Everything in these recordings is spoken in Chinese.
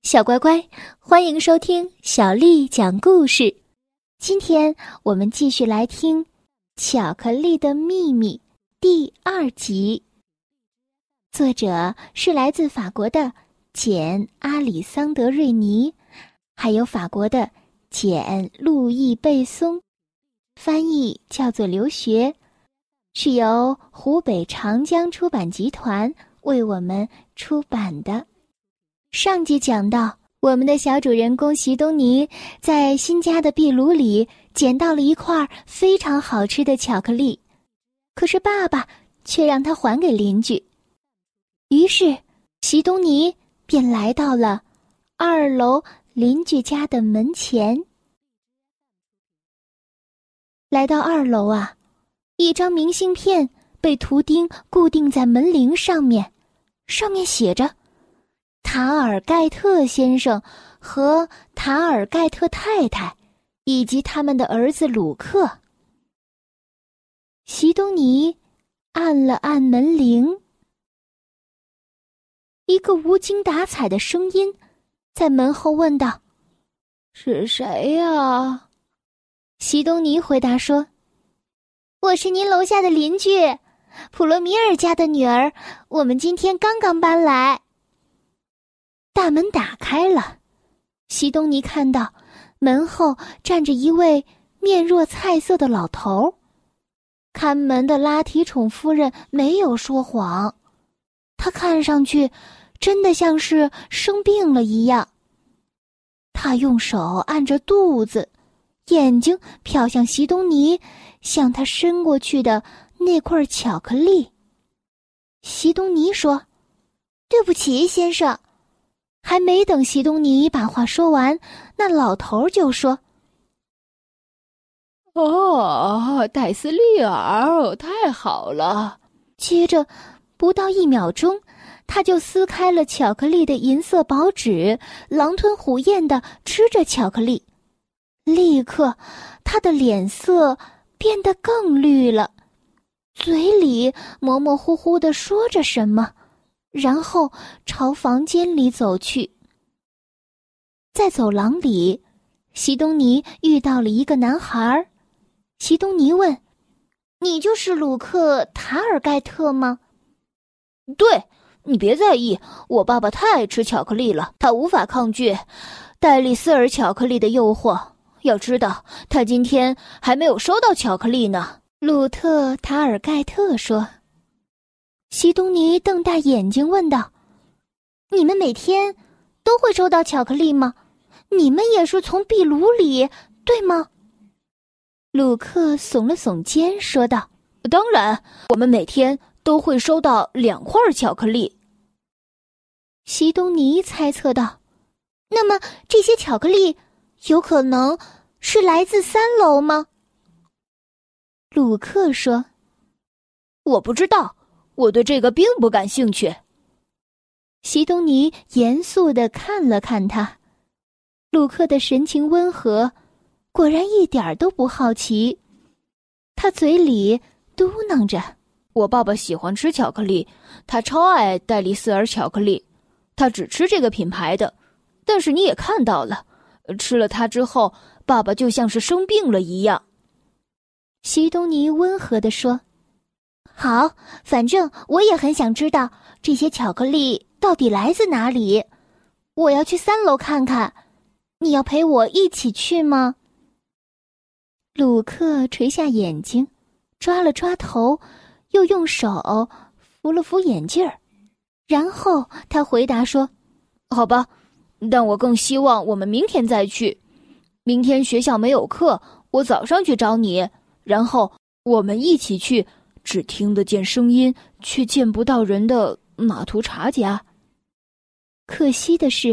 小乖乖，欢迎收听小丽讲故事。今天我们继续来听《巧克力的秘密》第2集。作者是来自法国的简·阿里桑德瑞尼，还有法国的简·路易贝松，翻译叫做刘学，是由湖北长江出版集团为我们出版的。上集讲到，我们的小主人公席东尼在新家的壁炉里捡到了一块非常好吃的巧克力，可是爸爸却让他还给邻居。于是席东尼便来到了2楼邻居家的门前。来到2楼啊，一张明信片被图钉固定在门铃上面，上面写着塔尔盖特先生和塔尔盖特太太以及他们的儿子鲁克。席东尼按了按门铃，一个无精打采的声音在门后问道：“是谁呀？”席东尼回答说：“我是您楼下的邻居，普罗米尔家的女儿，我们今天刚刚搬来。”大门打开了，席东尼看到门后站着一位面若菜色的老头。看门的拉提宠夫人没有说谎，她看上去真的像是生病了一样。她用手按着肚子，眼睛瞟向席东尼向他伸过去的那块巧克力。席东尼说：“对不起，先生。”还没等席东尼把话说完，那老头就说：“ 哦，戴斯利尔，太好了。” 接着不到1秒钟，他就撕开了巧克力的银色薄纸，狼吞虎咽地吃着巧克力。立刻他的脸色变得更绿了，嘴里模模糊糊地说着什么，然后朝房间里走去。在走廊里，席东尼遇到了一个男孩。席东尼问：“你就是鲁克·塔尔盖特吗？”“ 对，你别在意，我爸爸太爱吃巧克力了，他无法抗拒戴利斯尔巧克力的诱惑。要知道，他今天还没有收到巧克力呢。” 鲁特·塔尔盖特说。席东尼瞪大眼睛问道：“你们每天都会收到巧克力吗？你们也是从壁炉里，对吗？”鲁克耸了耸肩说道：“ 当然，我们每天都会收到2块巧克力。” 席东尼猜测道：“那么这些巧克力有可能是来自3楼吗？”鲁克说：“ 我不知道。我对这个并不感兴趣。” 席东尼严肃地看了看他，鲁克的神情温和，果然一点都不好奇。他嘴里嘟囔着：“ 我爸爸喜欢吃巧克力，他超爱戴利斯尔巧克力，他只吃这个品牌的。但是你也看到了，吃了它之后，爸爸就像是生病了一样。” 席东尼温和地说：“好，反正我也很想知道这些巧克力到底来自哪里。我要去3楼看看，你要陪我一起去吗？”鲁克垂下眼睛，抓了抓头，又用手扶了扶眼镜儿，然后他回答说：“ 好吧，但我更希望我们明天再去。明天学校没有课，我早上去找你，然后我们一起去只听得见声音却见不到人的马图查家。” 可惜的是，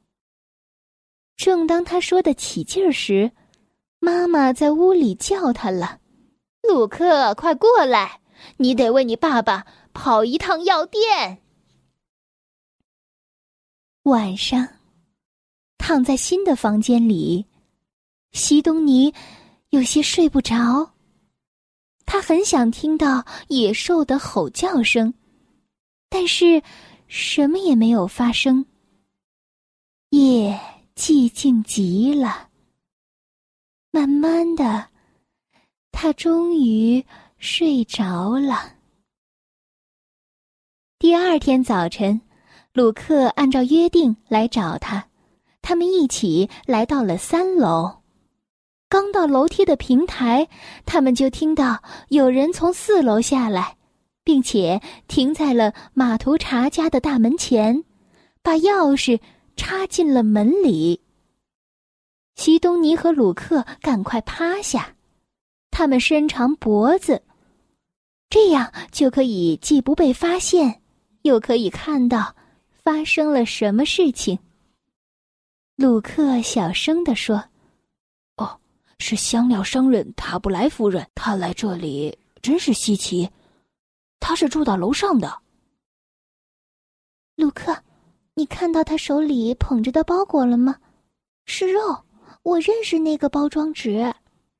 正当他说得起劲儿时，妈妈在屋里叫他了：“鲁克，快过来，你得为你爸爸跑一趟药店。”晚上，躺在新的房间里，席东尼有些睡不着。他很想听到野兽的吼叫声，但是什么也没有发生。夜寂静极了。慢慢的，他终于睡着了。第二天早晨，鲁克按照约定来找他，他们一起来到了3楼。刚到楼梯的平台，他们就听到有人从4楼下来，并且停在了马图查家的大门前，把钥匙插进了门里。西东尼和鲁克赶快趴下，他们伸长脖子，这样就可以既不被发现，又可以看到发生了什么事情。鲁克小声地说：“ 哦，是香料商人塔布莱夫人，她来这里真是稀奇。她是住到楼上的。” 鲁克，你看到她手里捧着的包裹了吗？是肉，我认识那个包装纸。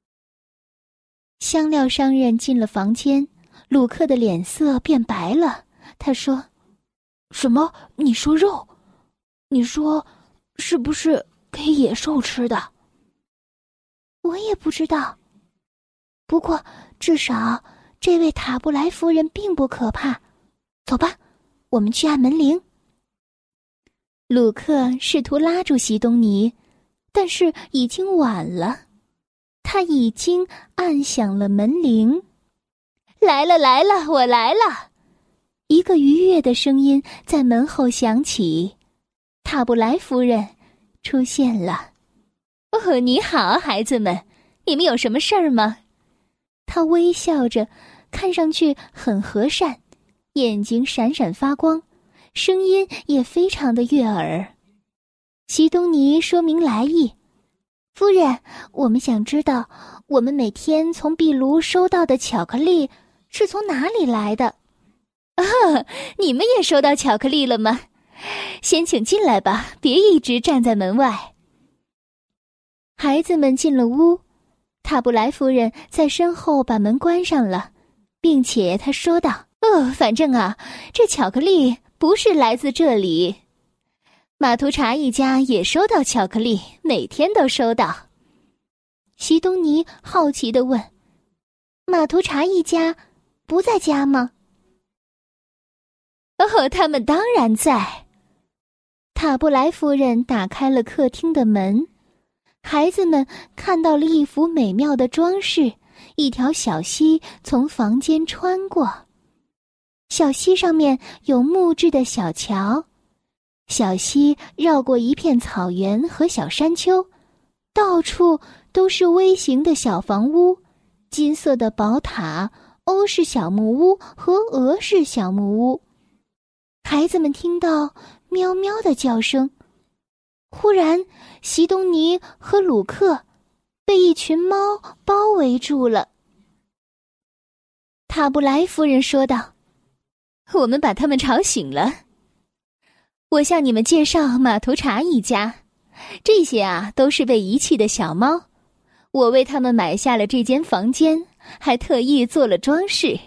香料商人进了房间，鲁克的脸色变白了。他说：“ 什么？你说肉？你说是不是给野兽吃的？” 我也不知道。不过至少这位塔布莱夫人并不可怕。走吧，我们去按门铃。鲁克试图拉住西东尼，但是已经晚了。他已经按响了门铃。来了来了，我来了！一个愉悦的声音在门后响起，塔布莱夫人出现了。哦，你好，孩子们，你们有什么事儿吗？她微笑着，看上去很和善，眼睛闪闪发光，声音也非常的悦耳。西东尼说明来意：“夫人，我们想知道，我们每天从壁炉收到的巧克力是从哪里来的？”你们也收到巧克力了吗？先请进来吧，别一直站在门外。孩子们进了屋，塔布莱夫人在身后把门关上了，并且她说道：“反正啊，这巧克力不是来自这里。马图查一家也收到巧克力，每天都收到。”西东尼好奇地问：“马图查一家不在家吗？”他们当然在。塔布莱夫人打开了客厅的门，孩子们看到了一幅美妙的装饰，一条小溪从房间穿过。小溪上面有木质的小桥，小溪绕过一片草原和小山丘，到处都是微型的小房屋，金色的宝塔、欧式小木屋和俄式小木屋。孩子们听到喵喵的叫声，忽然西东尼和鲁克被一群猫包围住了。塔布莱夫人说道：“我们把他们吵醒了。我向你们介绍马图查一家，这些啊都是被遗弃的小猫，我为他们买下了这间房间，还特意做了装饰。”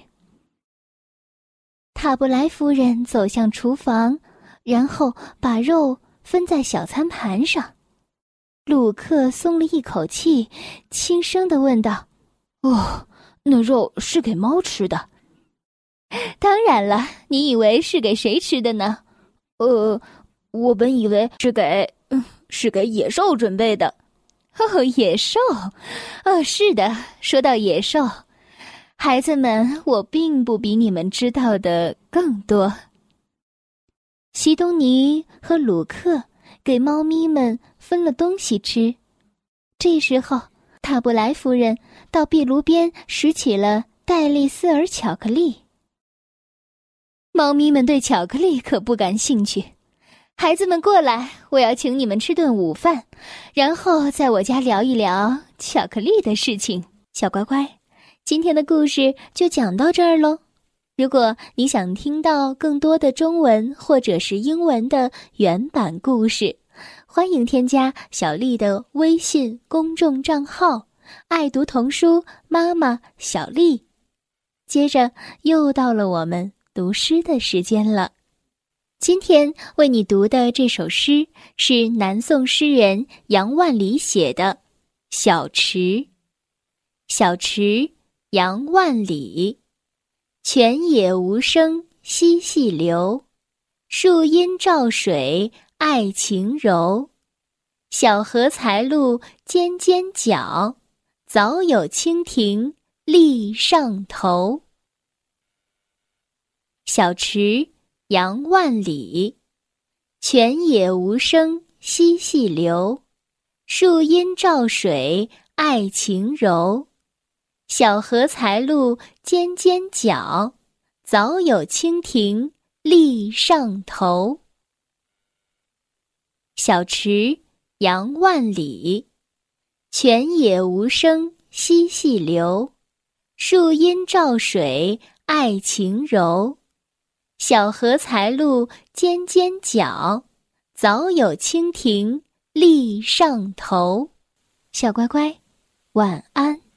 塔布莱夫人走向厨房，然后把肉分在小餐盘上。鲁克松了一口气，轻声地问道：“ 哦，那肉是给猫吃的？”“ 当然了，你以为是给谁吃的呢？”“ 我本以为是给野兽准备的。”“ 哦，野兽？是的，说到野兽，孩子们，我并不比你们知道的更多。”西东尼和鲁克给猫咪们分了东西吃。这时候，塔布莱夫人到壁炉边拾起了戴利斯尔巧克力。猫咪们对巧克力可不感兴趣。孩子们过来，我要请你们吃顿午饭，然后在我家聊一聊巧克力的事情。小乖乖，今天的故事就讲到这儿咯。如果你想听到更多的中文或者是英文的原版故事，欢迎添加小丽的微信公众账号爱读童书妈妈小丽。接着又到了我们读诗的时间了。 今天为你读的这首诗是南宋诗人杨万里写的《小池》。小池，杨万里。泉眼无声惜细流，树阴照水爱晴柔。小荷才露尖尖角，早有蜻蜓立上头。小池，杨万里。泉眼无声惜细流，树阴照水爱晴柔。小荷才露尖尖角，早有蜻蜓立上头。小池，杨万里。泉眼无声惜细流，树阴照水爱晴柔。小荷才露尖尖角，早有蜻蜓立上头。小乖乖，晚安。